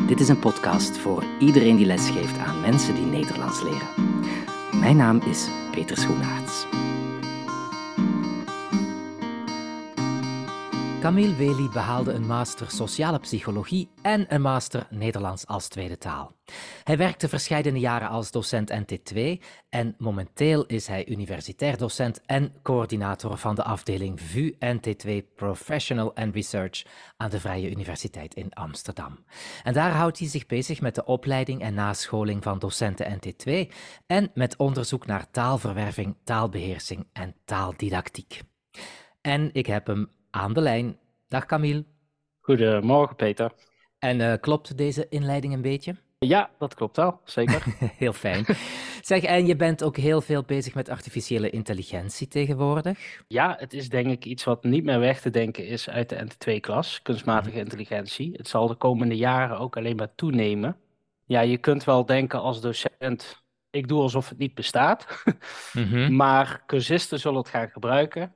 Dit is een podcast voor iedereen die lesgeeft aan mensen die Nederlands leren. Mijn naam is Peter Schoenaerts. Camille Wely behaalde een master sociale psychologie en een master Nederlands als tweede taal. Hij werkte verscheidene jaren als docent NT2 en momenteel is hij universitair docent en coördinator van de afdeling VU NT2 Professional and Research aan de Vrije Universiteit in Amsterdam. En daar houdt hij zich bezig met de opleiding en nascholing van docenten NT2 en met onderzoek naar taalverwerving, taalbeheersing en taaldidactiek. En ik heb hem aan de lijn. Dag Camille. Goedemorgen, Peter. En klopt deze inleiding een beetje? Ja, dat klopt wel, zeker. Heel fijn. Zeg, en je bent ook heel veel bezig met artificiële intelligentie tegenwoordig? Ja, het is denk ik iets wat niet meer weg te denken is uit de NT2-klas, kunstmatige intelligentie. Het zal de komende jaren ook alleen maar toenemen. Ja, je kunt wel denken als docent, ik doe alsof het niet bestaat. Maar cursisten zullen het gaan gebruiken.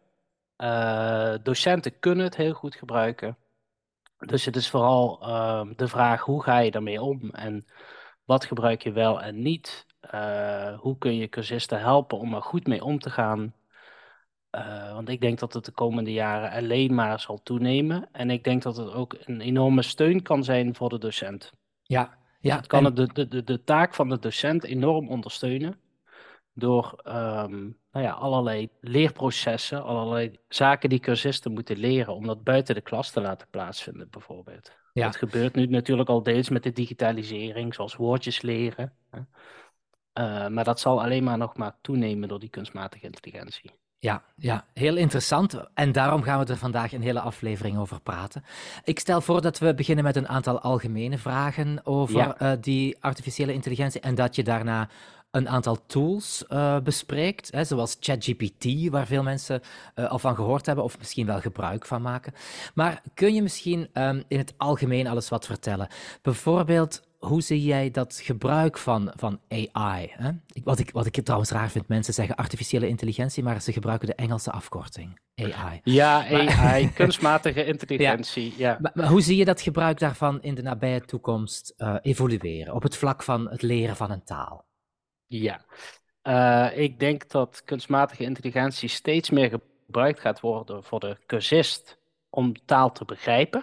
Docenten kunnen het heel goed gebruiken. Dus het is vooral de vraag, hoe ga je daarmee om en wat gebruik je wel en niet? Hoe kun je cursisten helpen om er goed mee om te gaan? Want ik denk dat het de komende jaren alleen maar zal toenemen. En ik denk dat het ook een enorme steun kan zijn voor de docent. Ja, Dus ja. het kan de taak van de docent enorm ondersteunen door allerlei leerprocessen, allerlei zaken die cursisten moeten leren om dat buiten de klas te laten plaatsvinden, bijvoorbeeld. Ja. Dat gebeurt nu natuurlijk al deels met de digitalisering, zoals woordjes leren. Hè. Maar dat zal alleen maar nog maar toenemen door die kunstmatige intelligentie. Ja, heel interessant. En daarom gaan we er vandaag een hele aflevering over praten. Ik stel voor dat we beginnen met een aantal algemene vragen over die artificiële intelligentie en dat je daarna een aantal tools bespreekt, hè, zoals ChatGPT, waar veel mensen al van gehoord hebben of misschien wel gebruik van maken. Maar kun je misschien in het algemeen alles wat vertellen? Bijvoorbeeld, hoe zie jij dat gebruik van AI? Hè? Wat ik trouwens raar vind, mensen zeggen artificiële intelligentie, maar ze gebruiken de Engelse afkorting, AI. Ja, AI, kunstmatige intelligentie, ja. Maar hoe zie je dat gebruik daarvan in de nabije toekomst evolueren, op het vlak van het leren van een taal? Ja, ik denk dat kunstmatige intelligentie steeds meer gebruikt gaat worden voor de cursist om taal te begrijpen.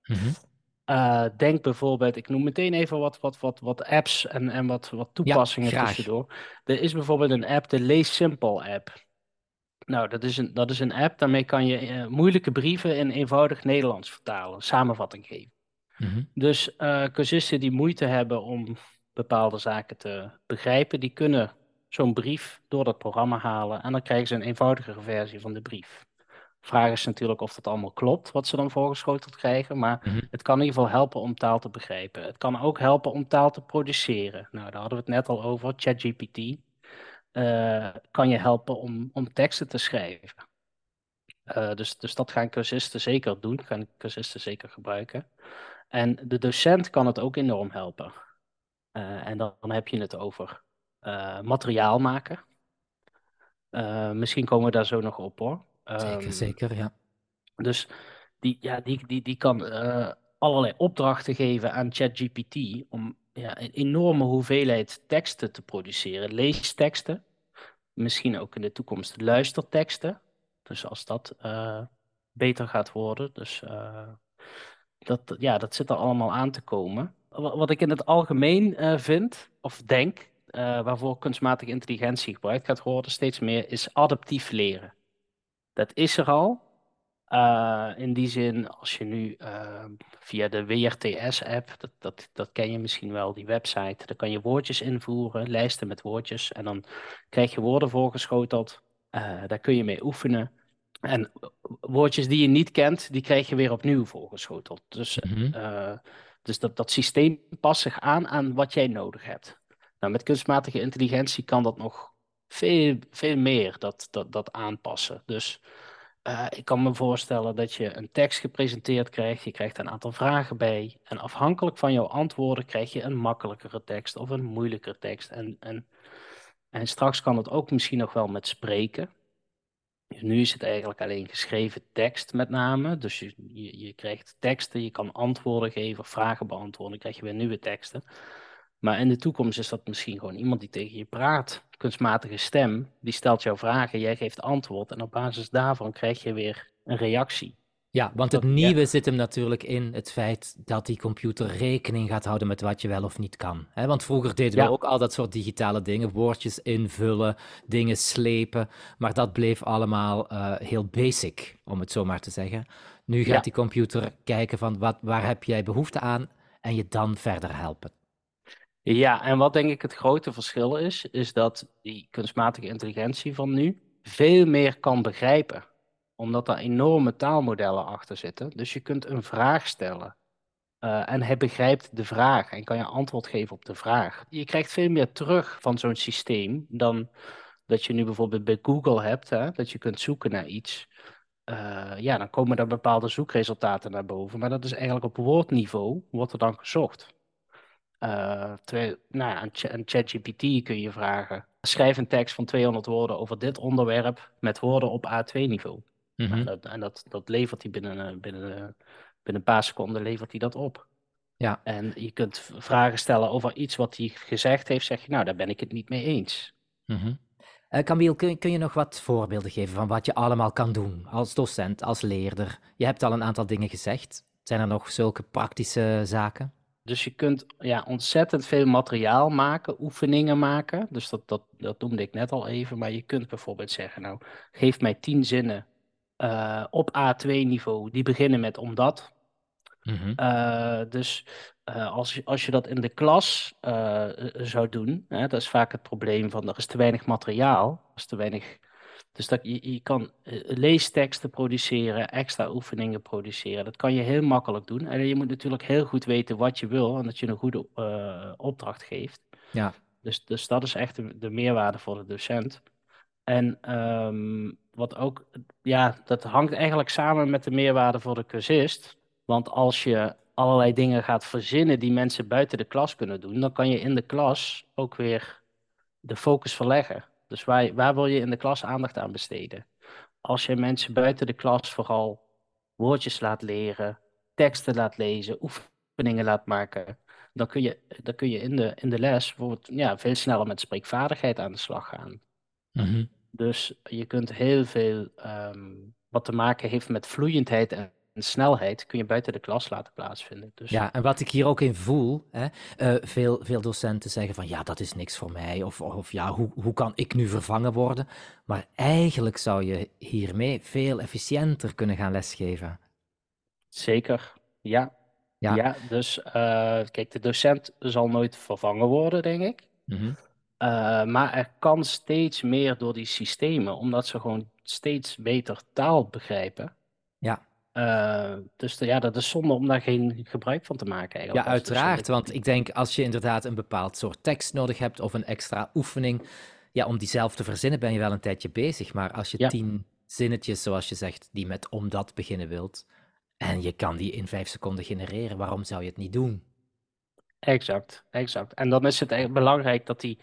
Denk bijvoorbeeld, ik noem meteen even wat apps en wat toepassingen tussendoor. Er is bijvoorbeeld een app, de Lees Simpel app. Nou, dat is een app, daarmee kan je moeilijke brieven in eenvoudig Nederlands vertalen, samenvatting geven. Dus cursisten die moeite hebben om bepaalde zaken te begrijpen, die kunnen zo'n brief door dat programma halen en dan krijgen ze een eenvoudigere versie van de brief. Vraag is natuurlijk of dat allemaal klopt, wat ze dan voorgeschoteld krijgen, maar het kan in ieder geval helpen om taal te begrijpen. Het kan ook helpen om taal te produceren. Nou, daar hadden we het net al over, ChatGPT kan je helpen om teksten te schrijven. Dus dat gaan cursisten zeker doen, gaan cursisten zeker gebruiken. En de docent kan het ook enorm helpen. En dan heb je het over materiaal maken. Misschien komen we daar zo nog op hoor. Zeker, ja. Dus die kan allerlei opdrachten geven aan ChatGPT om een enorme hoeveelheid teksten te produceren. Leesteksten, misschien ook in de toekomst luisterteksten. Dus als dat beter gaat worden. Dus dat zit er allemaal aan te komen. Wat ik in het algemeen vind, of denk, waarvoor kunstmatige intelligentie gebruikt gaat worden, steeds meer, is adaptief leren. Dat is er al. In die zin, als je nu via de WRTS-app, dat ken je misschien wel, die website, daar kan je woordjes invoeren, lijsten met woordjes, en dan krijg je woorden voorgeschoteld. Daar kun je mee oefenen. En woordjes die je niet kent, die krijg je weer opnieuw voorgeschoteld. Dus dat systeem past zich aan wat jij nodig hebt. Nou, met kunstmatige intelligentie kan dat nog veel meer dat aanpassen. Dus ik kan me voorstellen dat je een tekst gepresenteerd krijgt. Je krijgt een aantal vragen bij. En afhankelijk van jouw antwoorden krijg je een makkelijkere tekst of een moeilijkere tekst. En straks kan het ook misschien nog wel met spreken. Dus nu is het eigenlijk alleen geschreven tekst met name. Dus je krijgt teksten, je kan antwoorden geven, vragen beantwoorden, dan krijg je weer nieuwe teksten. Maar in de toekomst is dat misschien gewoon iemand die tegen je praat. Kunstmatige stem, die stelt jou vragen, jij geeft antwoord en op basis daarvan krijg je weer een reactie. Ja, want het Ja, nieuwe zit hem natuurlijk in het feit dat die computer rekening gaat houden met wat je wel of niet kan. Want vroeger deden we ja, ook al dat soort digitale dingen, woordjes invullen, dingen slepen, maar dat bleef allemaal heel basic, om het zo maar te zeggen. Nu gaat ja. die computer kijken van waar heb jij behoefte aan en je dan verder helpen. Ja, en wat denk ik het grote verschil is dat die kunstmatige intelligentie van nu veel meer kan begrijpen. Omdat er enorme taalmodellen achter zitten. Dus je kunt een vraag stellen. En hij begrijpt de vraag en kan je antwoord geven op de vraag. Je krijgt veel meer terug van zo'n systeem dan dat je nu bijvoorbeeld bij Google hebt, hè, dat je kunt zoeken naar iets. Ja, dan komen er bepaalde zoekresultaten naar boven. Maar dat is eigenlijk op woordniveau, wordt er dan gezocht. Nou ja, aan ChatGPT kun je vragen: schrijf een tekst van 200 woorden over dit onderwerp met woorden op A2-niveau. Nou, Mhm. dat levert hij binnen een paar seconden levert hij dat op. Ja. En je kunt vragen stellen over iets wat hij gezegd heeft, zeg je, nou, daar ben ik het niet mee eens. Mhm. Camille, kun je nog wat voorbeelden geven van wat je allemaal kan doen als docent, als leerder? Je hebt al een aantal dingen gezegd. Zijn er nog zulke praktische zaken? Dus je kunt ja, ontzettend veel materiaal maken, oefeningen maken. Dus dat noemde ik net al even. Maar je kunt bijvoorbeeld zeggen, nou, geef mij 10 zinnen op A2-niveau. Die beginnen met omdat. Mhm. Dus als je dat in de klas zou doen, hè, dat is vaak het probleem van er is te weinig materiaal, er is te weinig. Dus dat je kan leesteksten produceren, extra oefeningen produceren. Dat kan je heel makkelijk doen. En je moet natuurlijk heel goed weten wat je wil en dat je een goede opdracht geeft. Ja. Dus dat is echt de meerwaarde voor de docent. En wat ook, ja, dat hangt eigenlijk samen met de meerwaarde voor de cursist. Want als je allerlei dingen gaat verzinnen die mensen buiten de klas kunnen doen, dan kan je in de klas ook weer de focus verleggen. Dus waar wil je in de klas aandacht aan besteden? Als je mensen buiten de klas vooral woordjes laat leren, teksten laat lezen, oefeningen laat maken, dan kun je in de les bijvoorbeeld, ja, veel sneller met spreekvaardigheid aan de slag gaan. Mhm. Dus je kunt heel veel wat te maken heeft met vloeiendheid en snelheid, kun je buiten de klas laten plaatsvinden. Dus Ja, en wat ik hier ook in voel, veel docenten zeggen van ja, dat is niks voor mij, of ja, hoe kan ik nu vervangen worden? Maar eigenlijk zou je hiermee veel efficiënter kunnen gaan lesgeven. zeker, ja. Ja. Ja, dus kijk, de docent zal nooit vervangen worden, denk ik. Mhm. Maar er kan steeds meer door die systemen, omdat ze gewoon steeds beter taal begrijpen. Ja. Ja, dat is zonde om daar geen gebruik van te maken Ja, eigenlijk als docent. uiteraard. Want ik denk als je inderdaad een bepaald soort tekst nodig hebt of een extra oefening, ja, om die zelf te verzinnen ben je wel een tijdje bezig. Maar als je Ja, 10 zinnetjes, zoals je zegt, die met omdat beginnen wilt, en je kan die in 5 seconden genereren, waarom zou je het niet doen? exact, exact. En dan is het echt belangrijk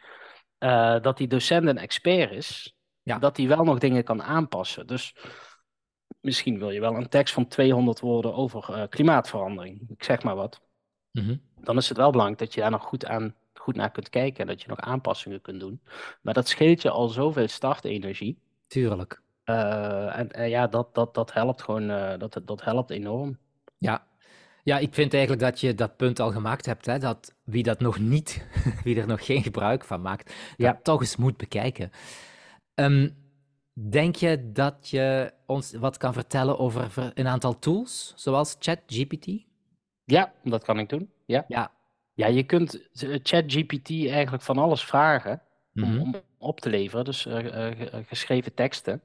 dat die docent een expert is, Ja. dat hij wel nog dingen kan aanpassen. Dus misschien wil je wel een tekst van 200 woorden over klimaatverandering, ik zeg maar wat. Mhm. Dan is het wel belangrijk dat je daar nog goed naar kunt kijken en dat je nog aanpassingen kunt doen. Maar dat scheelt je al zoveel startenergie. Tuurlijk. Ja, dat helpt gewoon, dat helpt enorm. Ja. Ja, ik vind eigenlijk dat je dat punt al gemaakt hebt, hè, dat wie dat nog niet, wie er nog geen gebruik van maakt, dat Ja, toch eens moet bekijken. Ehm, denk je dat je ons wat kan vertellen over een aantal tools, zoals ChatGPT? ja, dat kan ik doen. Ja. Ja. Ja, je kunt ChatGPT eigenlijk van alles vragen Mhm. om op te leveren, dus geschreven teksten.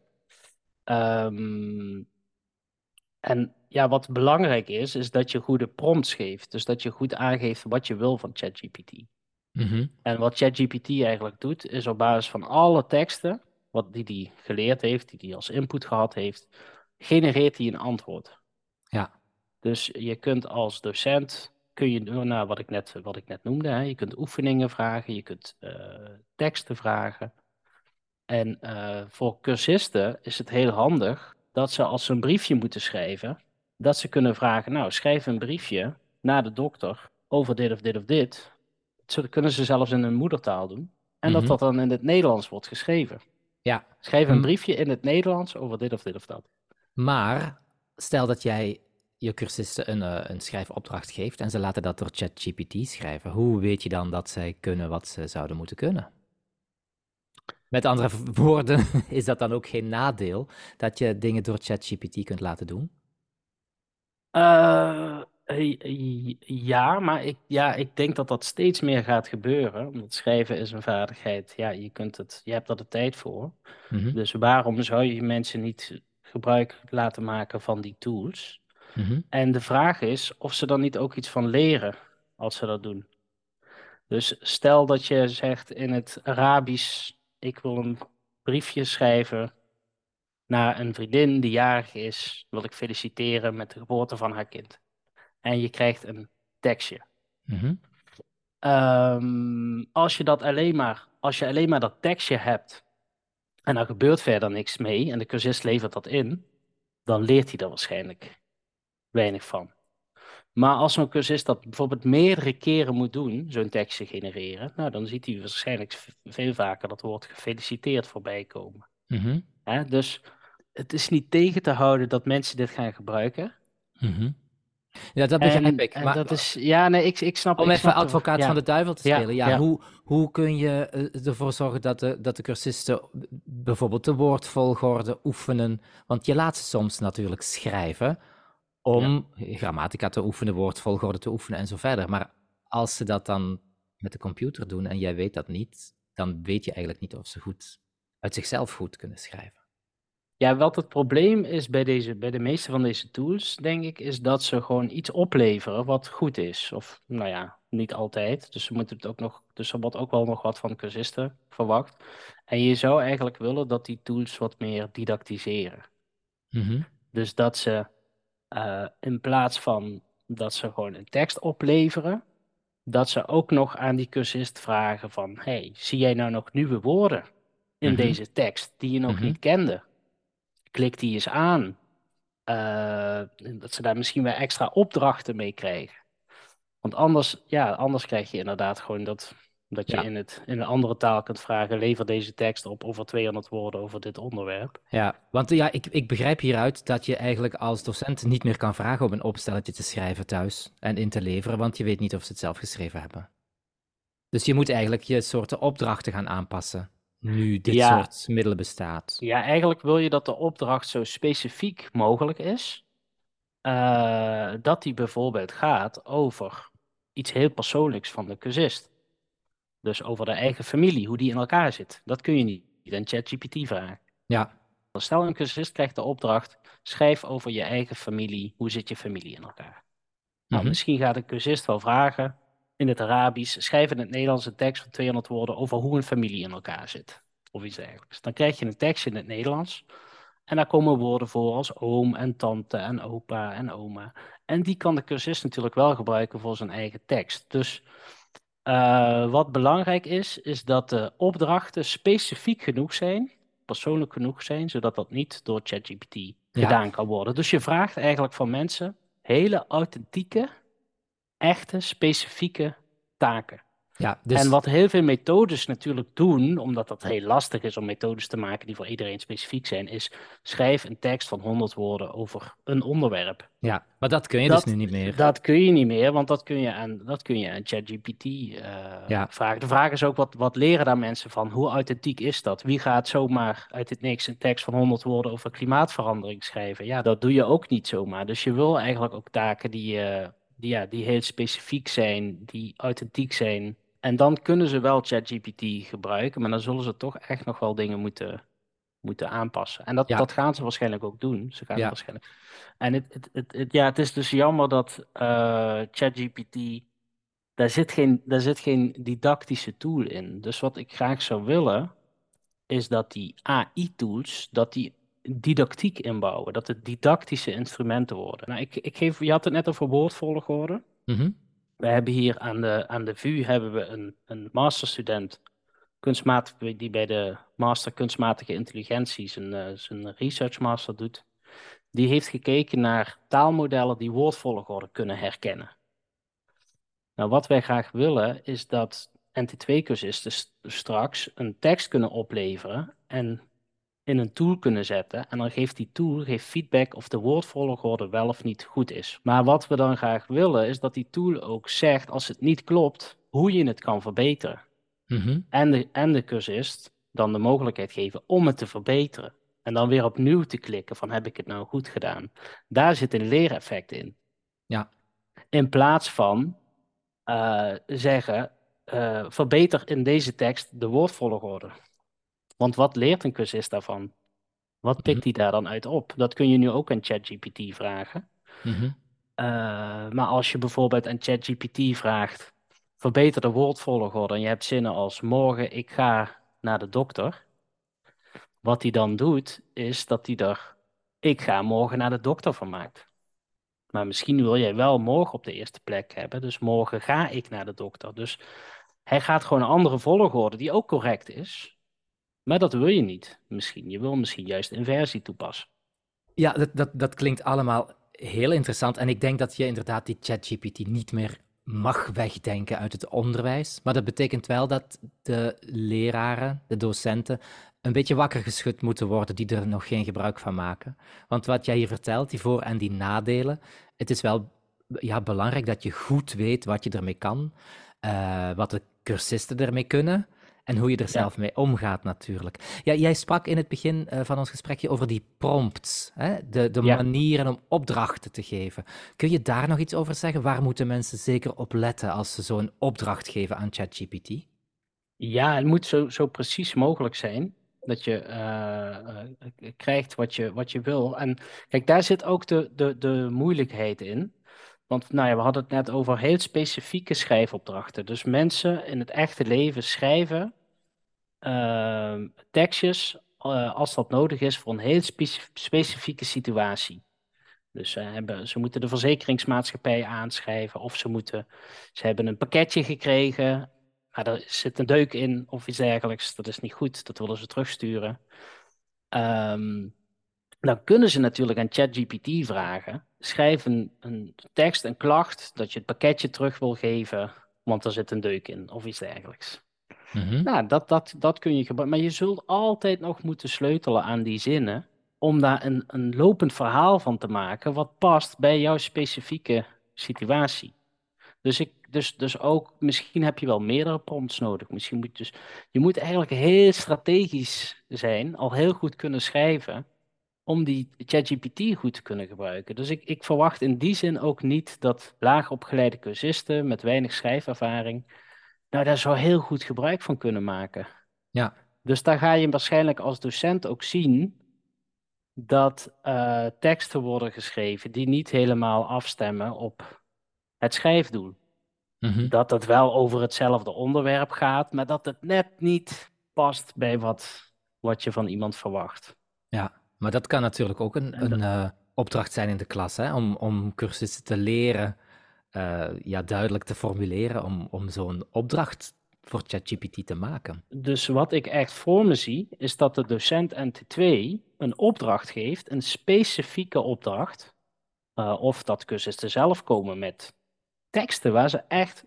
Ehm, en ja, wat belangrijk is dat je goede prompts geeft. Dus dat je goed aangeeft wat je wil van ChatGPT. Mhm. En wat ChatGPT eigenlijk doet, is op basis van alle teksten die hij geleerd heeft, die hij als input gehad heeft, genereert hij een antwoord. Ja. Dus je kunt als docent, kun je doen naar wat ik net noemde. Hè. Je kunt oefeningen vragen, je kunt teksten vragen. En voor cursisten is het heel handig dat ze als ze een briefje moeten schrijven, dat ze kunnen vragen, nou, schrijf een briefje naar de dokter over dit of dit of dit. Dat kunnen ze zelfs in hun moedertaal doen. En dat Mhm. dat dan in het Nederlands wordt geschreven. Ja. Schrijf een M- briefje in het Nederlands over dit of dit of dat. Maar stel dat jij je cursisten een schrijfopdracht geeft en ze laten dat door ChatGPT schrijven. Hoe weet je dan dat zij kunnen wat ze zouden moeten kunnen? Met andere woorden, is dat dan ook geen nadeel dat je dingen door ChatGPT kunt laten doen? Ja, maar ik denk dat dat steeds meer gaat gebeuren. Omdat schrijven is een vaardigheid. Ja, je hebt er de tijd voor. Mhm, Dus waarom zou je mensen niet gebruik laten maken van die tools? mhm, En de vraag is of ze dan niet ook iets van leren als ze dat doen. Dus stel dat je zegt in het Arabisch, ik wil een briefje schrijven naar een vriendin die jarig is, wil ik feliciteren met de geboorte van haar kind. En je krijgt een tekstje. mhm, Als je alleen maar dat tekstje hebt en er gebeurt verder niks mee en de cursist levert dat in, dan leert hij er waarschijnlijk weinig van. Maar als zo'n cursist dat bijvoorbeeld meerdere keren moet doen, zo'n tekstje genereren, nou, dan ziet hij waarschijnlijk veel vaker dat woord gefeliciteerd voorbij komen. mhm, Dus het is niet tegen te houden dat mensen dit gaan gebruiken. mhm. Ja, dat begrijp En, ik. en Maar dat is, ja, nee, om ik even snap er, advocaat van de ja, duivel te ja, spelen, ja, ja, hoe kun je ervoor zorgen dat de cursisten bijvoorbeeld de woordvolgorde oefenen? Want je laat ze soms natuurlijk schrijven ja. om grammatica te oefenen, woordvolgorde te oefenen en zo verder. Maar als ze dat dan met de computer doen en jij weet dat niet, dan weet je eigenlijk niet of ze goed uit zichzelf goed kunnen schrijven. Ja, wat het probleem is bij de meeste van deze tools, denk ik, is dat ze gewoon iets opleveren wat goed is. Of, nou ja, niet altijd. Dus ze moeten het ook nog, dus er wordt ook wel nog wat van cursisten verwacht. En je zou eigenlijk willen dat die tools wat meer didactiseren. Mhm, Dus dat ze in plaats van dat ze gewoon een tekst opleveren, dat ze ook nog aan die cursist vragen van, hey, zie jij nou nog nieuwe woorden in mhm, deze tekst die je nog mhm. niet kende? Klik die eens aan. Dat ze daar misschien weer extra opdrachten mee krijgen. Want anders krijg je inderdaad gewoon dat je Ja. in een andere taal kunt vragen, lever deze tekst op over 200 woorden over dit onderwerp. Ja, want ja, ik begrijp hieruit dat je eigenlijk als docent niet meer kan vragen om een opstelletje te schrijven thuis en in te leveren, want je weet niet of ze het zelf geschreven hebben. Dus je moet eigenlijk je soorten opdrachten gaan aanpassen, nu dit Ja, soort middelen bestaat. ja, eigenlijk wil je dat de opdracht zo specifiek mogelijk is. Dat die bijvoorbeeld gaat over iets heel persoonlijks van de cursist. Dus over de eigen familie, hoe die in elkaar zit. Dat kun je niet aan ChatGPT vragen. Ja. Stel, een cursist krijgt de opdracht, schrijf over je eigen familie, hoe zit je familie in elkaar? Nou, Mhm, misschien gaat een cursist wel vragen in het Arabisch, schrijf in het Nederlands een tekst van 200 woorden over hoe een familie in elkaar zit. Of iets dergelijks. Dan krijg je een tekstje in het Nederlands. En daar komen woorden voor als oom en tante en opa en oma. En die kan de cursist natuurlijk wel gebruiken voor zijn eigen tekst. Dus wat belangrijk is dat de opdrachten specifiek genoeg zijn, persoonlijk genoeg zijn, zodat dat niet door ChatGPT ja, gedaan kan worden. Dus je vraagt eigenlijk van mensen hele authentieke, echte, specifieke taken. ja, En dus wat heel veel methodes natuurlijk doen, omdat dat heel lastig is om methodes te maken die voor iedereen specifiek zijn, is schrijf een tekst van 100 woorden over een onderwerp. ja, maar dat kun je dus nu Dat, niet meer. dat kun je niet meer, want dat kun je aan ChatGPT Ja, vragen. De vraag is ook, wat leren daar mensen van? Hoe authentiek is dat? Wie gaat zomaar uit het niks een tekst van 100 woorden over klimaatverandering schrijven? Ja, dat doe je ook niet zomaar. Dus je wil eigenlijk ook taken die heel specifiek zijn, die authentiek zijn. En dan kunnen ze wel ChatGPT gebruiken, maar dan zullen ze toch echt nog wel dingen moeten aanpassen. En dat, ja, dat gaan ze waarschijnlijk ook doen. Ze gaan het ja, waarschijnlijk. En ja, het is dus jammer dat ChatGPT, daar zit geen didactische tool in. Dus wat ik graag zou willen, is dat die AI-tools, dat die didactiek inbouwen. Dat het didactische instrumenten worden. Nou, je had het net over woordvolgorde. mhm, We hebben hier aan de VU hebben we een masterstudent die bij de master kunstmatige intelligentie zijn research master doet, die heeft gekeken naar taalmodellen die woordvolgorde kunnen herkennen. Nou, wat wij graag willen is dat NT2-cursisten straks een tekst kunnen opleveren en in een tool kunnen zetten. En dan geeft die tool feedback of de woordvolgorde wel of niet goed is. Maar wat we dan graag willen is dat die tool ook zegt als het niet klopt, hoe je het kan verbeteren. Mhm. En de cursist dan de mogelijkheid geven om het te verbeteren. En dan weer opnieuw te klikken van heb ik het nou goed gedaan. Daar zit een leereffect in. Ja. In plaats van zeggen, verbeter in deze tekst de woordvolgorde. Want wat leert een cursist daarvan? Wat Mhm. pikt hij daar dan uit op? Dat kun je nu ook aan ChatGPT vragen. Mhm. Maar als je bijvoorbeeld aan ChatGPT vraagt, verbeter de woordvolgorde en je hebt zinnen als morgen ik ga naar de dokter. Wat hij dan doet, is dat hij er ik ga morgen naar de dokter van maakt. Maar misschien wil jij wel morgen op de eerste plek hebben, dus morgen ga ik naar de dokter. Dus hij gaat gewoon een andere volgorde die ook correct is, maar dat wil je niet misschien. Je wil misschien juist inversie toepassen. Ja, dat klinkt allemaal heel interessant. En ik denk dat je inderdaad die ChatGPT niet meer mag wegdenken uit het onderwijs. Maar dat betekent wel dat de leraren, de docenten, een beetje wakker geschud moeten worden die er nog geen gebruik van maken. Want wat jij hier vertelt, die voor- en die nadelen, het is wel ja, belangrijk dat je goed weet wat je ermee kan, wat de cursisten ermee kunnen. En hoe je er Ja. zelf mee omgaat, natuurlijk. Ja, jij sprak in het begin van ons gesprekje over die prompts, hè? De Ja. manieren om opdrachten te geven. Kun je daar nog iets over zeggen? Waar moeten mensen zeker op letten als ze zo'n opdracht geven aan ChatGPT? Ja, het moet zo precies mogelijk zijn dat je krijgt wat je wil. En kijk, daar zit ook de moeilijkheid in. Want nou ja, we hadden het net over heel specifieke schrijfopdrachten. Dus mensen in het echte leven schrijven tekstjes als dat nodig is voor een heel specifieke situatie. Dus ze moeten de verzekeringsmaatschappij aanschrijven of ze hebben een pakketje gekregen, maar er zit een deuk in of iets dergelijks. Dat is niet goed, dat willen ze terugsturen. Ehm, Dan kunnen ze natuurlijk aan ChatGPT vragen. Schrijf een tekst, een klacht, dat je het pakketje terug wil geven, want er zit een deuk in of iets dergelijks. Mhm. Nou, dat kun je gebruiken. Maar je zult altijd nog moeten sleutelen aan die zinnen om daar een lopend verhaal van te maken wat past bij jouw specifieke situatie. Dus ook, misschien heb je wel meerdere prompts nodig. Misschien moet je moet eigenlijk heel strategisch zijn, al heel goed kunnen schrijven, om die ChatGPT goed te kunnen gebruiken. Dus ik verwacht in die zin ook niet dat laagopgeleide cursisten met weinig schrijfervaring nou, daar zou heel goed gebruik van kunnen maken. Ja. Dus daar ga je waarschijnlijk als docent ook zien dat teksten worden geschreven die niet helemaal afstemmen op het schrijfdoel. Mhm. Dat het wel over hetzelfde onderwerp gaat, maar dat het net niet past bij wat je van iemand verwacht. Ja, maar dat kan natuurlijk ook En een opdracht zijn in de klas, hè? Om cursisten te leren, ja, duidelijk te formuleren, om zo'n opdracht voor ChatGPT te maken. dus wat ik echt voor me zie, is dat de docent NT2 een opdracht geeft, een specifieke opdracht, of dat cursisten zelf komen met teksten waar ze echt,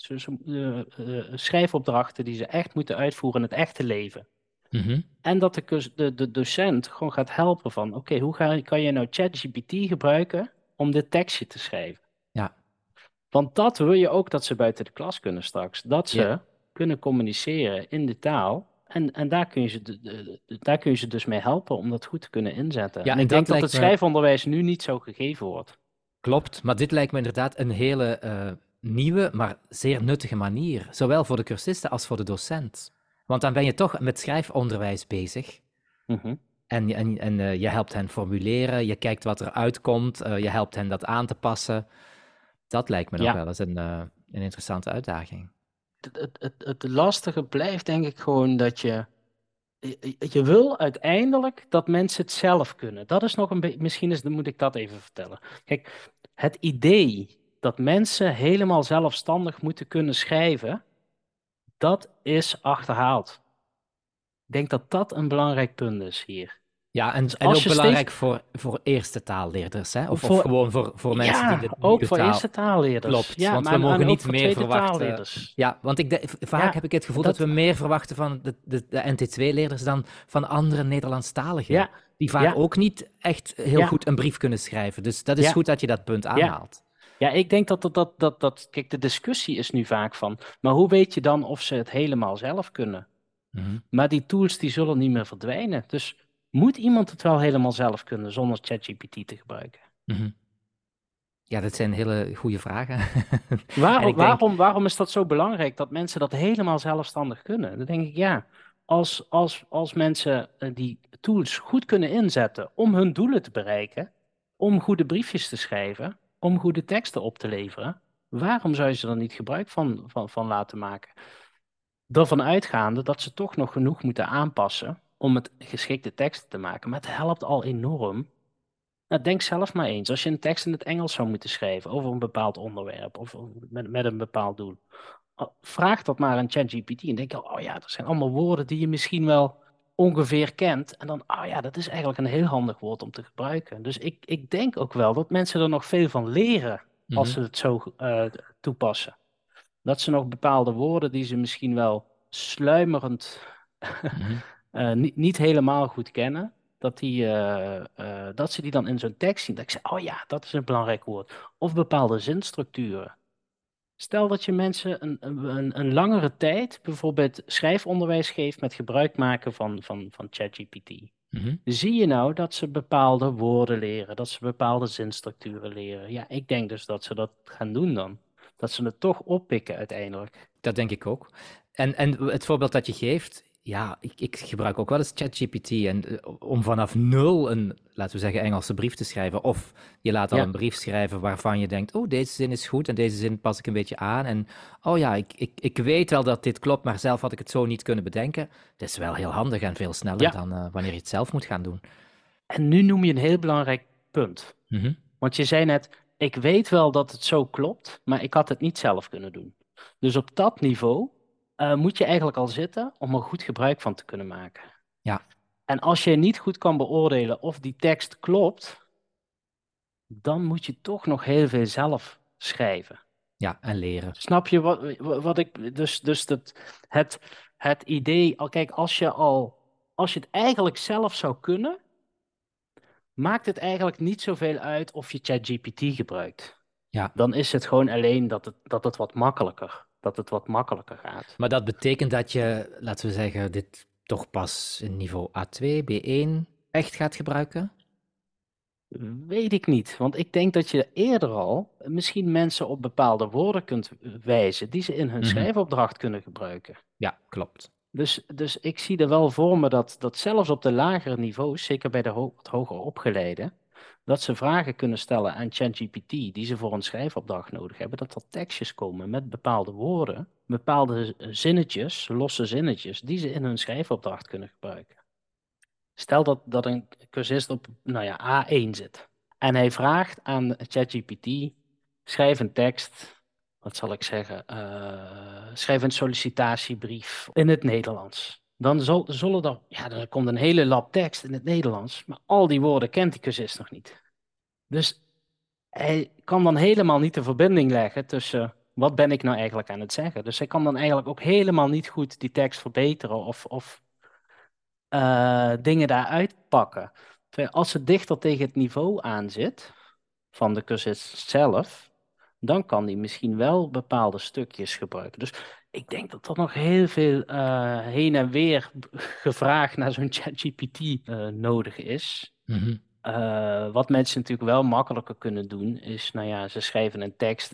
schrijfopdrachten die ze echt moeten uitvoeren in het echte leven. Mhm. En dat de docent gewoon gaat helpen van, oké, kan je nou ChatGPT gebruiken om dit tekstje te schrijven? Ja. Want dat wil je ook dat ze buiten de klas kunnen straks. Dat Ja. ze kunnen communiceren in de taal. En daar kun je daar kun je ze dus mee helpen om dat goed te kunnen inzetten. Ja, En en ik dat denk dat lijkt het me, schrijfonderwijs nu niet zo gegeven wordt. klopt, maar dit lijkt me inderdaad een hele nieuwe, maar zeer nuttige manier, zowel voor de cursisten als voor de docent. Want dan ben je toch met schrijfonderwijs bezig. Mhm. En je helpt hen formuleren, je kijkt wat er uitkomt, je helpt hen dat aan te passen. Dat lijkt me nog Ja. wel eens een interessante uitdaging. Het lastige blijft denk ik gewoon dat je wil uiteindelijk dat mensen het zelf kunnen. Dat is nog een beetje, moet ik dat even vertellen. Kijk, het idee dat mensen helemaal zelfstandig moeten kunnen schrijven, dat is achterhaald. Ik denk dat dat een belangrijk punt is hier. Ja, Dus en als ook je steeds belangrijk voor eerste taalleerders, hè? Of voor, gewoon voor mensen die de ja, ook nieuwe voor taal. eerste taalleerders. Klopt, Ja, want we maar en mogen ook niet voor meer tweede verwachten. taalleerders. Ja, want vaak Ja, heb ik het gevoel dat we dat, meer verwachten van de NT2-leerders dan van andere Nederlandstaligen, ja, die vaak ja, ook niet echt heel ja, goed een brief kunnen schrijven. Dus dat is ja, goed dat je dat punt ja. aanhaalt. Ja, ik denk kijk, de discussie is nu vaak van, maar hoe weet je dan of ze het helemaal zelf kunnen? Mhm, Maar die tools die zullen niet meer verdwijnen. Dus moet iemand het wel helemaal zelf kunnen zonder ChatGPT te gebruiken? mhm. Ja, dat zijn hele goede vragen. En Waarom, ik denk, waarom is dat zo belangrijk dat mensen dat helemaal zelfstandig kunnen? Dan denk ik, ja, als mensen die tools goed kunnen inzetten om hun doelen te bereiken, om goede briefjes te schrijven, om goede teksten op te leveren, waarom zou je ze er niet gebruik van laten maken? Ervan uitgaande dat ze toch nog genoeg moeten aanpassen om het geschikte teksten te maken. Maar het helpt al enorm. Nou, denk zelf maar eens, als je een tekst in het Engels zou moeten schrijven over een bepaald onderwerp of met een bepaald doel. Vraag dat maar aan ChatGPT en denk je, oh ja, dat zijn allemaal woorden die je misschien wel ongeveer kent. En dan, oh ja, dat is eigenlijk een heel handig woord om te gebruiken. Dus ik denk ook wel dat mensen er nog veel van leren als mhm, ze het zo toepassen. Dat ze nog bepaalde woorden die ze misschien wel sluimerend mhm. niet helemaal goed kennen, dat ze die dan in zo'n tekst zien. Dat ik zeg, oh ja, dat is een belangrijk woord. Of bepaalde zinstructuren. Stel dat je mensen een langere tijd bijvoorbeeld schrijfonderwijs geeft met gebruik maken van ChatGPT. Mhm. Zie je nou dat ze bepaalde woorden leren, dat ze bepaalde zinstructuren leren? Ja, ik denk dus dat ze dat gaan doen dan. Dat ze het toch oppikken uiteindelijk. Dat denk ik ook. En het voorbeeld dat je geeft, ja, ik gebruik ook wel eens ChatGPT. En om vanaf nul een, laten we zeggen, Engelse brief te schrijven. Of je laat al Ja, een brief schrijven waarvan je denkt, oh, deze zin is goed en deze zin pas ik een beetje aan. En oh ja, ik weet wel dat dit klopt, maar zelf had ik het zo niet kunnen bedenken. Het is wel heel handig en veel sneller ja. dan wanneer je het zelf moet gaan doen. En nu noem je een heel belangrijk punt. Mhm. Want je zei net, ik weet wel dat het zo klopt, maar ik had het niet zelf kunnen doen. Dus op dat niveau moet je eigenlijk al zitten om er goed gebruik van te kunnen maken. Ja, En als je niet goed kan beoordelen of die tekst klopt, dan moet je toch nog heel veel zelf schrijven. ja, en leren. Snap je wat ik. Dus het, het idee. Kijk, als je het eigenlijk zelf zou kunnen, maakt het eigenlijk niet zoveel uit of je ChatGPT gebruikt. Ja. Dan is het gewoon alleen dat het wat makkelijker gaat. Maar dat betekent dat je, laten we zeggen, dit toch pas in niveau A2, B1 echt gaat gebruiken? Weet ik niet, want ik denk dat je eerder al misschien mensen op bepaalde woorden kunt wijzen die ze in hun Mhm. schrijfopdracht kunnen gebruiken. Ja, klopt. Dus ik zie er wel voor me dat zelfs op de lagere niveaus, zeker bij de wat hoger opgeleiden, dat ze vragen kunnen stellen aan ChatGPT die ze voor een schrijfopdracht nodig hebben, dat er tekstjes komen met bepaalde woorden, bepaalde zinnetjes, losse zinnetjes, die ze in hun schrijfopdracht kunnen gebruiken. Stel dat een cursist op, nou ja, A1 zit en hij vraagt aan ChatGPT, schrijf een tekst, wat zal ik zeggen, schrijf een sollicitatiebrief in het Nederlands. Zullen er, ja, dan komt een hele lap tekst in het Nederlands, maar al die woorden kent die cursist nog niet. Dus hij kan dan helemaal niet de verbinding leggen tussen wat ben ik nou eigenlijk aan het zeggen. Dus hij kan dan eigenlijk ook helemaal niet goed die tekst verbeteren of dingen daaruit pakken. Terwijl als het dichter tegen het niveau aan zit van de cursist zelf, dan kan die misschien wel bepaalde stukjes gebruiken. Dus ik denk dat er nog heel veel heen en weer gevraagd naar zo'n ChatGPT nodig is. Mhm. Wat mensen natuurlijk wel makkelijker kunnen doen, is, nou ja, ze schrijven een tekst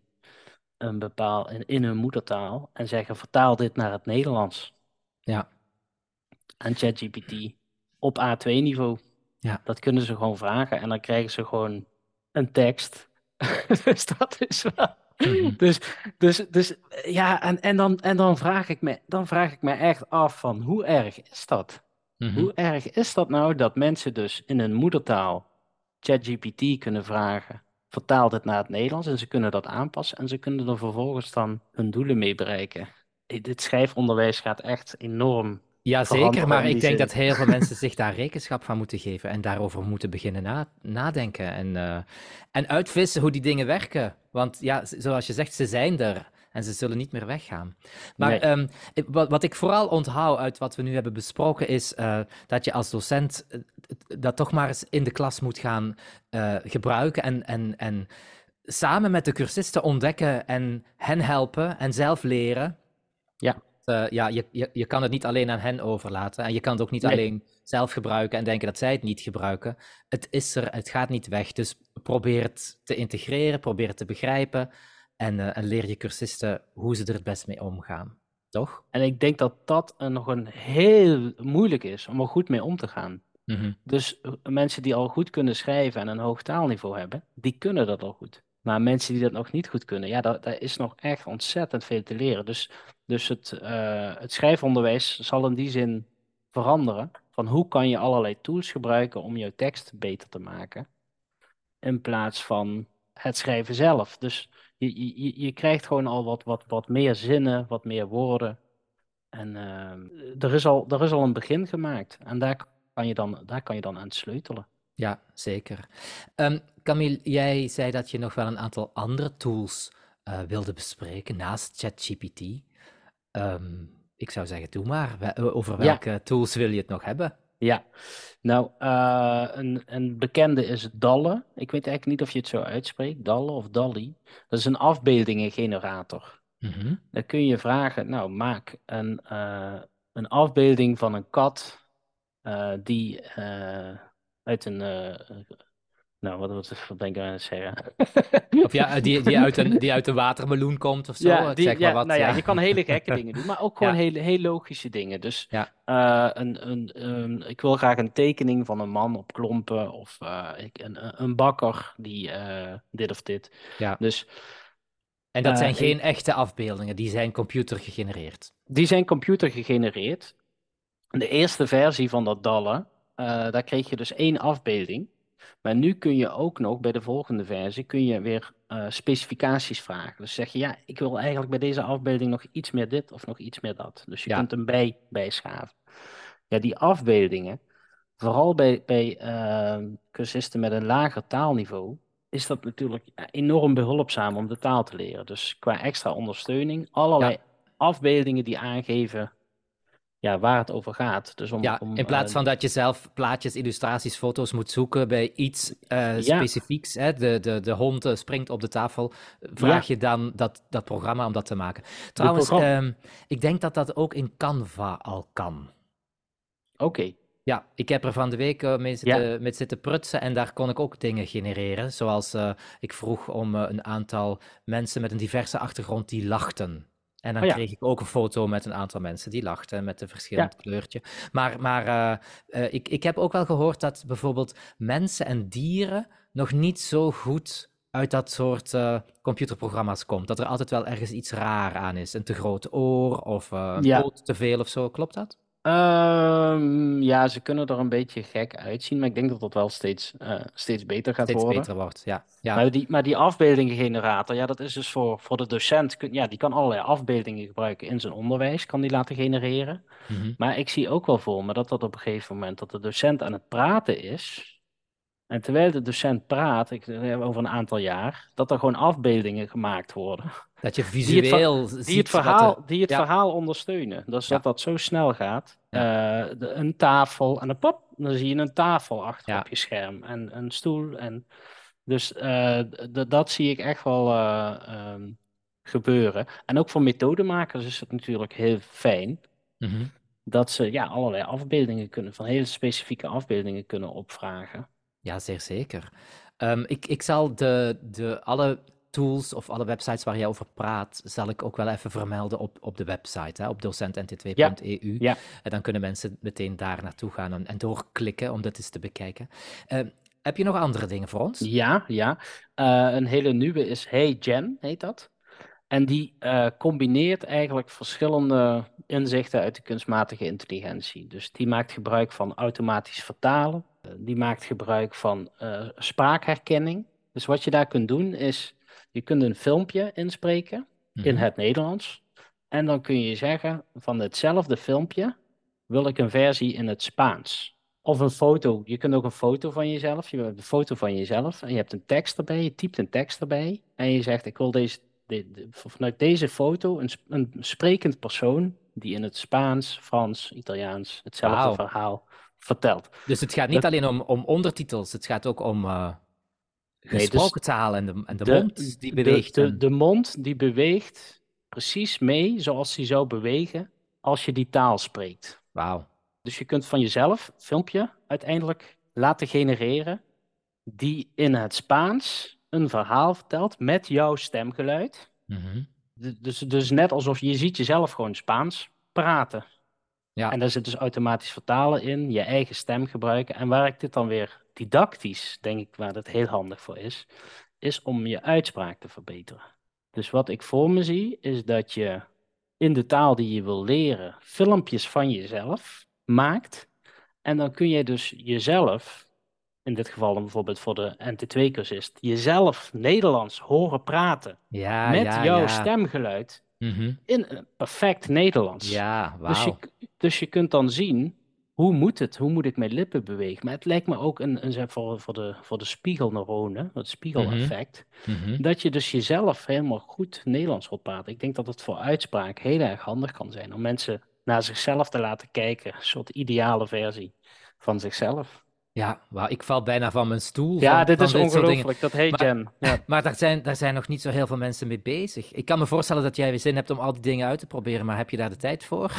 in hun moedertaal en zeggen vertaal dit naar het Nederlands Ja, aan ChatGPT op A2-niveau. ja. Dat kunnen ze gewoon vragen en dan krijgen ze gewoon een tekst. Dus dat is wel. Mhm. Dus, dus ja, dan vraag ik me echt af van hoe erg is dat? Mhm. Hoe erg is dat nou dat mensen dus in hun moedertaal ChatGPT kunnen vragen, vertaal dit naar het Nederlands en ze kunnen dat aanpassen en ze kunnen er vervolgens dan hun doelen mee bereiken. Dit schrijfonderwijs gaat echt enorm. Ja, zeker, veranderen maar in ik die denk zin. dat heel veel mensen zich daar rekenschap van moeten geven en daarover moeten beginnen nadenken en uitvissen hoe die dingen werken. Want ja, zoals je zegt, ze zijn er en ze zullen niet meer weggaan. Maar Nee, wat ik vooral onthoud uit wat we nu hebben besproken is dat je als docent dat toch maar eens in de klas moet gaan gebruiken en samen met de cursisten ontdekken en hen helpen en zelf leren. ja, Ja, je kan het niet alleen aan hen overlaten. En je kan het ook niet nee. alleen zelf gebruiken en denken dat zij het niet gebruiken. Het is er, het gaat niet weg. Dus probeer het te integreren, probeer het te begrijpen. En leer je cursisten hoe ze er het best mee omgaan. Toch? En ik denk dat dat nog een heel moeilijk is om er goed mee om te gaan. Mhm. Dus mensen die al goed kunnen schrijven en een hoog taalniveau hebben, die kunnen dat al goed. Maar mensen die dat nog niet goed kunnen, ja, daar is nog echt ontzettend veel te leren. Dus het schrijfonderwijs zal in die zin veranderen. Van hoe kan je allerlei tools gebruiken om jouw tekst beter te maken, in plaats van het schrijven zelf. Dus je krijgt gewoon al wat meer zinnen, wat meer woorden. En er is al een begin gemaakt. En daar kan je dan aan sleutelen. Ja, zeker. Camille, jij zei dat je nog wel een aantal andere tools wilde bespreken naast ChatGPT. Ik zou zeggen, doe maar. Over Ja, welke tools wil je het nog hebben? ja. Nou, een bekende is Dalle. Ik weet eigenlijk niet of je het zo uitspreekt, Dalle of Dall-E. Dat is een afbeeldingengenerator. Mhm. Dan kun je vragen, nou, maak een afbeelding van een kat die uit een... nou, wat ben ik aan het zeggen? Of ja, die uit een watermeloen komt of zo. Ik zeg maar Ja, wat, nou ja, ja. je kan hele gekke dingen doen, maar ook gewoon Ja, heel logische dingen. Dus ja, ik wil graag een tekening van een man op klompen of een bakker die dit of dit. ja. Dus En dat zijn ik- geen echte afbeeldingen, die zijn computer gegenereerd. die zijn computer gegenereerd. De eerste versie van dat Dalle, daar kreeg je dus één afbeelding. Maar nu kun je ook nog bij de volgende versie kun je weer specificaties vragen. Dus zeg je, ja, ik wil eigenlijk bij deze afbeelding nog iets meer dit of nog iets meer dat. Dus je Ja, kunt hem bijschaven. Ja, die afbeeldingen, vooral bij cursisten met een lager taalniveau, is dat natuurlijk enorm behulpzaam om de taal te leren. Dus qua extra ondersteuning, allerlei ja, afbeeldingen die aangeven ja, waar het over gaat. Dus ja. In plaats van dat je zelf plaatjes, illustraties, foto's moet zoeken bij iets ja, specifieks, hè, de hond springt op de tafel, vraag ja, je dan dat programma om dat te maken. de Trouwens, programma. ik denk dat dat ook in Canva al kan. Oké, Ja, ik heb er van de week mee ja, zitten prutsen en daar kon ik ook dingen genereren. Zoals ik vroeg om een aantal mensen met een diverse achtergrond die lachten. En dan oh ja, kreeg ik ook een foto met een aantal mensen die lachten met een verschillend ja, kleurtje. Maar ik heb ook wel gehoord dat bijvoorbeeld mensen en dieren nog niet zo goed uit dat soort computerprogramma's komt. Dat er altijd wel ergens iets raar aan is. Een te groot oor of een ja. poot te veel of zo. Klopt dat? Ja, ze kunnen er een beetje gek uitzien, maar ik denk dat dat wel steeds beter gaat Steeds worden. beter wordt, ja. Ja. Maar die afbeeldingengenerator, ja, dat is dus voor de docent. Ja, die kan allerlei afbeeldingen gebruiken in zijn onderwijs, kan die laten genereren. Mhm. Maar ik zie ook wel voor me dat op een gegeven moment dat de docent aan het praten is. En terwijl de docent praat, over een aantal jaar, dat er gewoon afbeeldingen gemaakt worden. Dat je Die het, ver- visueel die het ziet wat de... verhaal, die het Ja, verhaal ondersteunen. Dus ja, dat zo snel gaat. ja, Een tafel en een pop, dan zie je een tafel achter ja, op je scherm. En een stoel. Dus dat zie ik echt wel gebeuren. En ook voor methodemakers is het natuurlijk heel fijn. mhm. Dat ze ja, allerlei afbeeldingen kunnen, van hele specifieke afbeeldingen kunnen opvragen. Ja, zeer zeker. Ik zal alle tools of alle websites waar jij over praat, zal ik ook wel even vermelden op de website, hè, op Ja, docentnt2.eu. ja. En dan kunnen mensen meteen daar naartoe gaan en doorklikken om dat eens te bekijken. Heb je nog andere dingen voor ons? Ja, ja. Een hele nieuwe is Hey Gen, heet dat. En die combineert eigenlijk verschillende inzichten uit de kunstmatige intelligentie. Dus die maakt gebruik van automatisch vertalen. Die maakt gebruik van spraakherkenning. Dus wat je daar kunt doen is, je kunt een filmpje inspreken in Mhm. het Nederlands. En dan kun je zeggen van hetzelfde filmpje, wil ik een versie in het Spaans. Of een foto. Je kunt ook een foto van jezelf. Je hebt een foto van jezelf en je hebt een tekst erbij. Je typt een tekst erbij. En je zegt, ik wil vanuit deze foto een sprekend persoon die in het Spaans, Frans, Italiaans hetzelfde Wauw. verhaal vertelt. Dus het gaat niet Dat, alleen om ondertitels, het gaat ook om nee, dus gesproken taal en de mond die beweegt. de mond die beweegt precies mee zoals die zou bewegen als je die taal spreekt. Wauw. Dus je kunt van jezelf een filmpje uiteindelijk laten genereren die in het Spaans een verhaal vertelt met jouw stemgeluid. Mhm. Dus net alsof je ziet jezelf gewoon Spaans praten. Ja, En daar zit dus automatisch vertalen in, je eigen stem gebruiken. En waar ik dit dan weer didactisch, denk ik, waar dat heel handig voor is om je uitspraak te verbeteren. Dus wat ik voor me zie, is dat je in de taal die je wil leren, filmpjes van jezelf maakt. En dan kun je dus jezelf, in dit geval dan bijvoorbeeld voor de NT2-cursist, jezelf Nederlands horen praten ja, met ja, jouw ja. stemgeluid Mhm. in een perfect Nederlands. Ja, Dus je, wauw. dus je kunt dan zien, hoe moet het? Hoe moet ik mijn lippen bewegen? Maar het lijkt me ook voor de spiegelneuronen, het Mhm. spiegeleffect, Mhm. dat je dus jezelf helemaal goed Nederlands wilt praten. Ik denk dat het voor uitspraak heel erg handig kan zijn om mensen naar zichzelf te laten kijken, een soort ideale versie van zichzelf. Ja, wauw. Ik val bijna van mijn stoel Ja, dit van is dit soort dingen. ongelooflijk. Dat heet Maar, Jen. Ja. maar daar zijn nog niet zo heel veel mensen mee bezig. Ik kan me voorstellen dat jij weer zin hebt om al die dingen uit te proberen, maar heb je daar de tijd voor?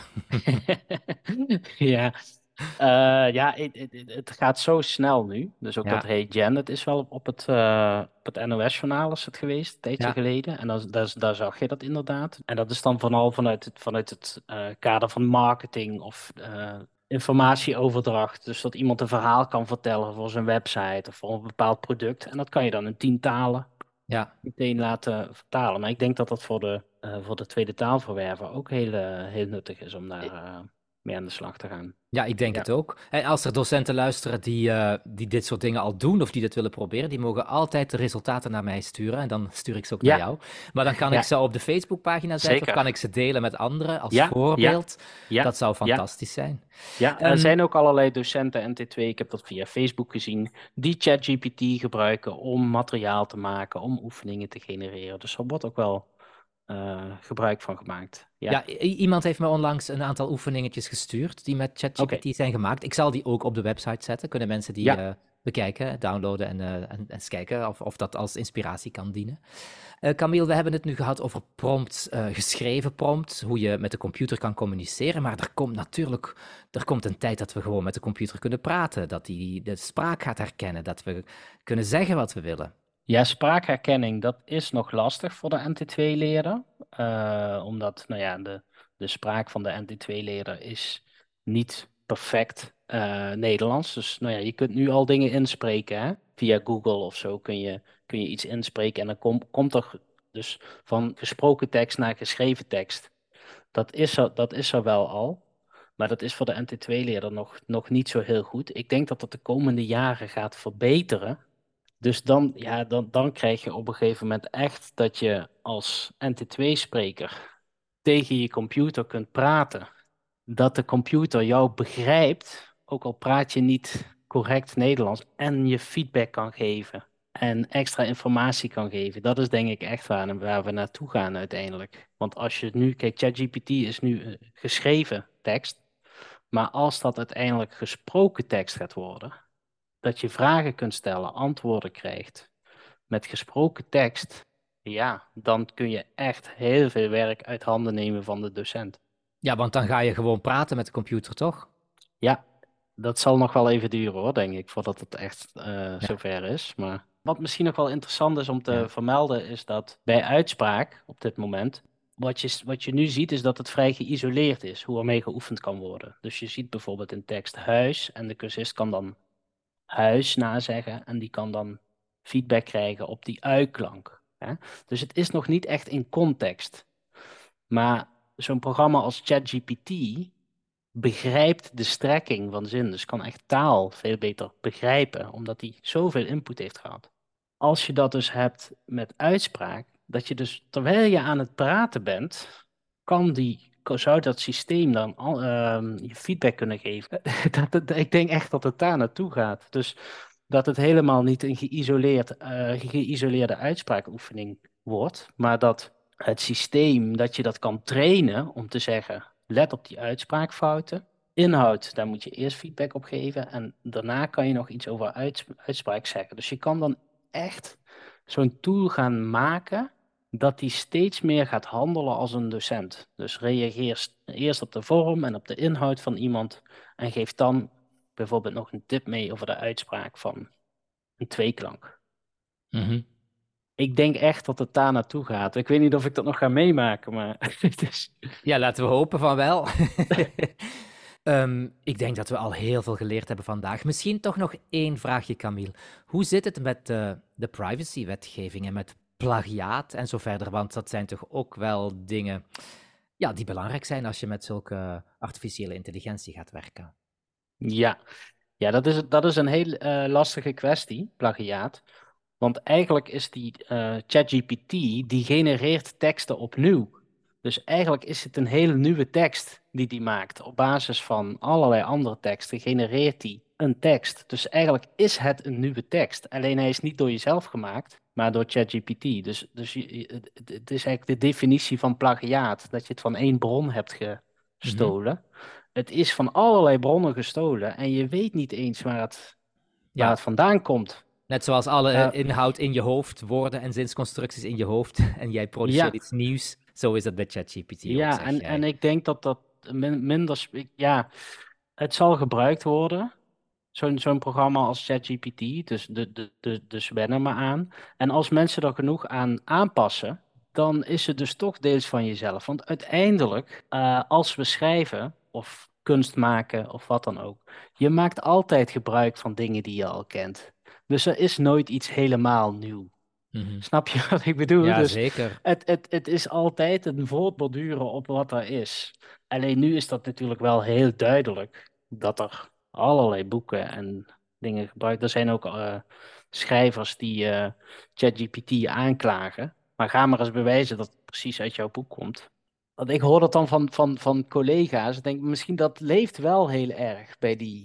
Ja, ja, het gaat zo snel nu. Dus ook dat Ja, Hey Jen, het is wel op het NOS-journaal is het geweest, een tijdje ja. geleden. En daar zag je dat inderdaad. En dat is dan vooral vanuit het kader van marketing of informatieoverdracht. Dus dat iemand een verhaal kan vertellen voor zijn website of voor een bepaald product. En dat kan je dan in 10 talen Ja. meteen laten vertalen. Maar ik denk dat dat voor de tweede taalverwerver ook heel nuttig is om daar mee aan de slag te gaan. Ja, ik denk Ja, het ook. En als er docenten luisteren die dit soort dingen al doen of die dit willen proberen, die mogen altijd de resultaten naar mij sturen en dan stuur ik ze ook naar ja, jou. Maar dan kan ik ja, ze op de Facebookpagina zetten of kan zeker. ik ze delen met anderen als Ja, ja, voorbeeld. ja, Dat zou ja, fantastisch zijn. ja. Er Ehm, zijn ook allerlei docenten NT2, ik heb dat via Facebook gezien, die ChatGPT gebruiken om materiaal te maken, om oefeningen te genereren. Dus er wordt ook wel gebruik van gemaakt. Ja, ja, iemand heeft me onlangs een aantal oefeningetjes gestuurd die met oké. ChatGPT zijn gemaakt. Ik zal die ook op de website zetten. Kunnen mensen die Ja. bekijken, downloaden en eens kijken of dat als inspiratie kan dienen. Camille, we hebben het nu gehad over prompt, geschreven prompt, hoe je met de computer kan communiceren. Maar er komt een tijd dat we gewoon met de computer kunnen praten, dat die de spraak gaat herkennen, dat we kunnen zeggen wat we willen. Ja, spraakherkenning, dat is nog lastig voor de NT2-leerder. Omdat, nou ja, de spraak van de NT2-leerder is niet perfect Nederlands. Dus, nou ja, je kunt nu al dingen inspreken, hè? Via Google of zo kun je iets inspreken en dan komt er dus van gesproken tekst naar geschreven tekst. Dat is er wel al. Maar dat is voor de NT2-leerder nog niet zo heel goed. Ik denk dat dat de komende jaren gaat verbeteren. Dus dan, ja, dan krijg je op een gegeven moment echt dat je als NT2-spreker tegen je computer kunt praten. Dat de computer jou begrijpt, ook al praat je niet correct Nederlands, en je feedback kan geven en extra informatie kan geven. Dat is denk ik echt waar we naartoe gaan uiteindelijk. Want als je nu, kijk, ChatGPT is nu geschreven tekst, maar als dat uiteindelijk gesproken tekst gaat worden, dat je vragen kunt stellen, antwoorden krijgt met gesproken tekst, ja, dan kun je echt heel veel werk uit handen nemen van de docent. Ja, want dan ga je gewoon praten met de computer, toch? Ja, dat zal nog wel even duren hoor, denk ik, voordat het echt Ja, zover is. Maar wat misschien nog wel interessant is om te ja. vermelden, is dat bij uitspraak op dit moment, wat je nu ziet, is dat het vrij geïsoleerd is, hoe ermee geoefend kan worden. Dus je ziet bijvoorbeeld in tekst huis en de cursist kan dan huis nazeggen en die kan dan feedback krijgen op die uitklank. Hè? Dus het is nog niet echt in context. Maar zo'n programma als ChatGPT begrijpt de strekking van zin, dus kan echt taal veel beter begrijpen, omdat hij zoveel input heeft gehad. Als je dat dus hebt met uitspraak, dat je dus terwijl je aan het praten bent, kan die zou dat systeem dan je feedback kunnen geven? Ik denk echt dat het daar naartoe gaat. Dus dat het helemaal niet een geïsoleerde uitspraakoefening wordt, maar dat het systeem, dat je dat kan trainen om te zeggen, let op die uitspraakfouten. Inhoud, daar moet je eerst feedback op geven en daarna kan je nog iets over uitspraak zeggen. Dus je kan dan echt zo'n tool gaan maken dat die steeds meer gaat handelen als een docent. Dus reageer eerst op de vorm en op de inhoud van iemand en geef dan bijvoorbeeld nog een tip mee over de uitspraak van een tweeklank. Mhm. Ik denk echt dat het daar naartoe gaat. Ik weet niet of ik dat nog ga meemaken, maar het is... Ja, laten we hopen van wel. Ik denk dat we al heel veel geleerd hebben vandaag. Misschien toch nog één vraagje, Camille. Hoe zit het met de privacywetgeving en met plagiaat en zo verder? Want dat zijn toch ook wel dingen ja, die belangrijk zijn als je met zulke artificiële intelligentie gaat werken. Ja, ja, dat is een heel lastige kwestie, plagiaat. Want eigenlijk is die ChatGPT, die genereert teksten opnieuw. Dus eigenlijk is het een hele nieuwe tekst die maakt. Op basis van allerlei andere teksten genereert hij een tekst. Dus eigenlijk is het een nieuwe tekst. Alleen hij is niet door jezelf gemaakt, maar door ChatGPT. Dus het is eigenlijk de definitie van plagiaat. Dat je het van één bron hebt Mhm. gestolen. Het is van allerlei bronnen gestolen en je weet niet eens waar Ja, het vandaan komt. net zoals alle Uh, inhoud in je hoofd, woorden en zinsconstructies in je hoofd en jij produceert ja, iets nieuws, zo is dat bij ChatGPT ook, ja, zeg en jij. ik denk dat dat minder, ja, het zal gebruikt worden, zo'n programma als ChatGPT, dus wen er maar aan. En als mensen er genoeg aan aanpassen, dan is het dus toch deels van jezelf. Want uiteindelijk, als we schrijven of kunst maken of wat dan ook, je maakt altijd gebruik van dingen die je al kent. Dus er is nooit iets helemaal nieuw. Mhm. Snap je wat ik bedoel? Ja, Dus zeker. het is altijd een voortborduren op wat er is. Alleen nu is dat natuurlijk wel heel duidelijk dat er allerlei boeken en dingen gebruikt. Er zijn ook schrijvers die ChatGPT aanklagen. Maar ga maar eens bewijzen dat het precies uit jouw boek komt. Want ik hoor dat dan van collega's. Ik denk, misschien dat leeft wel heel erg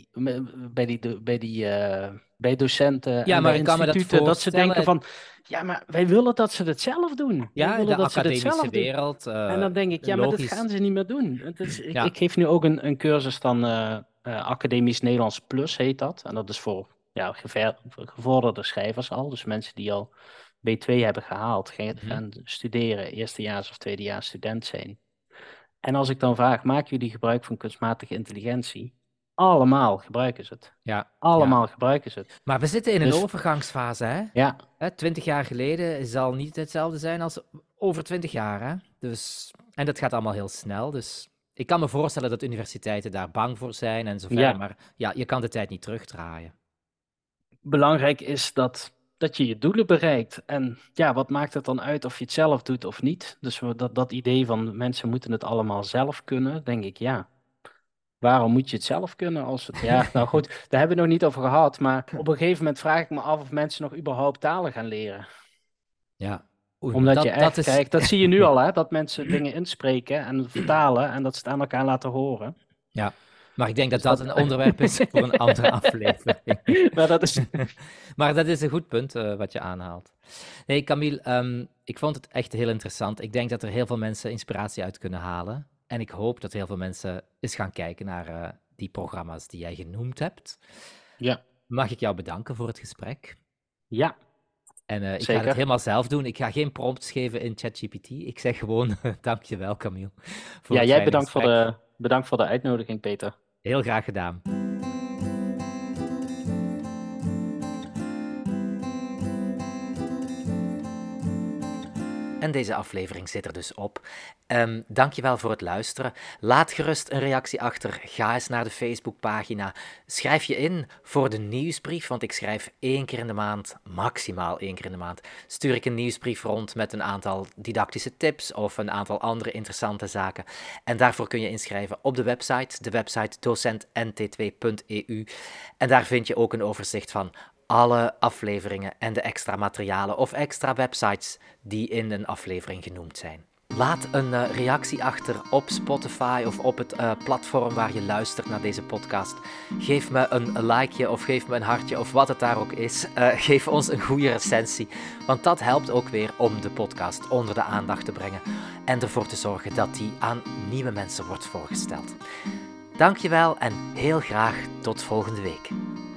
bij docenten Ja, en bij maar ik kan me dat instituten. Dat ze denken voorstellen. van, ja, maar wij willen dat ze het zelf doen. Wij Ja, willen de dat ze het academische zelf doen. wereld, En dan denk ik, ja, maar dat logisch. gaan ze niet meer doen. Het is, ik Ja. geef nu ook een cursus dan Academisch Nederlands Plus heet dat. En dat is voor ja, gevorderde schrijvers al. Dus mensen die al B2 hebben gehaald, Mhm. gaan studeren, eerstejaars of tweedejaars student zijn. En als ik dan vraag, maken jullie gebruik van kunstmatige intelligentie? Allemaal gebruiken ze het. Ja, ja. Allemaal gebruiken ze het. Maar we zitten in een Dus overgangsfase, hè? ja, 20 jaar geleden zal niet hetzelfde zijn als over 20 jaar, hè? Dus, en dat gaat allemaal heel snel. Dus ik kan me voorstellen dat universiteiten daar bang voor zijn en zo verder. ja, Maar ja, je kan de tijd niet terugdraaien. belangrijk is dat je je doelen bereikt. En ja, wat maakt het dan uit of je het zelf doet of niet? Dus dat idee van mensen moeten het allemaal zelf kunnen, denk ik, ja. Waarom moet je het zelf kunnen als het... Ja, nou goed, daar hebben we het nog niet over gehad. Maar op een gegeven moment vraag ik me af of mensen nog überhaupt talen gaan leren. Ja, oei, Omdat je dat echt is. kijkt, dat zie je nu al, hè, dat mensen dingen inspreken en vertalen en dat ze het aan elkaar laten horen. Ja, maar ik denk dat Dus dat dat... een onderwerp is voor een andere aflevering. Maar dat is... Maar dat is een goed punt wat je aanhaalt. Nee, Camille, ik vond het echt heel interessant. Ik denk dat er heel veel mensen inspiratie uit kunnen halen. En ik hoop dat heel veel mensen eens gaan kijken naar die programma's die jij genoemd hebt. Ja, Mag ik jou bedanken voor het gesprek? ja, En ik ga het zeker. helemaal zelf doen. Ik ga geen prompts geven in ChatGPT. Ik zeg gewoon dankjewel, Camille, voor Ja, het jij fijne gesprek. bedankt voor de uitnodiging, Peter. Heel graag gedaan. En deze aflevering zit er dus op. Dankjewel voor het luisteren. Laat gerust een reactie achter. Ga eens naar de Facebookpagina. Schrijf je in voor de nieuwsbrief, want ik schrijf 1 keer in de maand, maximaal 1 keer in de maand, stuur ik een nieuwsbrief rond met een aantal didactische tips of een aantal andere interessante zaken. En daarvoor kun je inschrijven op de website docentnt2.eu. En daar vind je ook een overzicht van alle afleveringen en de extra materialen of extra websites die in een aflevering genoemd zijn. Laat een reactie achter op Spotify of op het platform waar je luistert naar deze podcast. Geef me een likeje of geef me een hartje of wat het daar ook is. Geef ons een goede recensie, want dat helpt ook weer om de podcast onder de aandacht te brengen en ervoor te zorgen dat die aan nieuwe mensen wordt voorgesteld. Dankjewel en heel graag tot volgende week.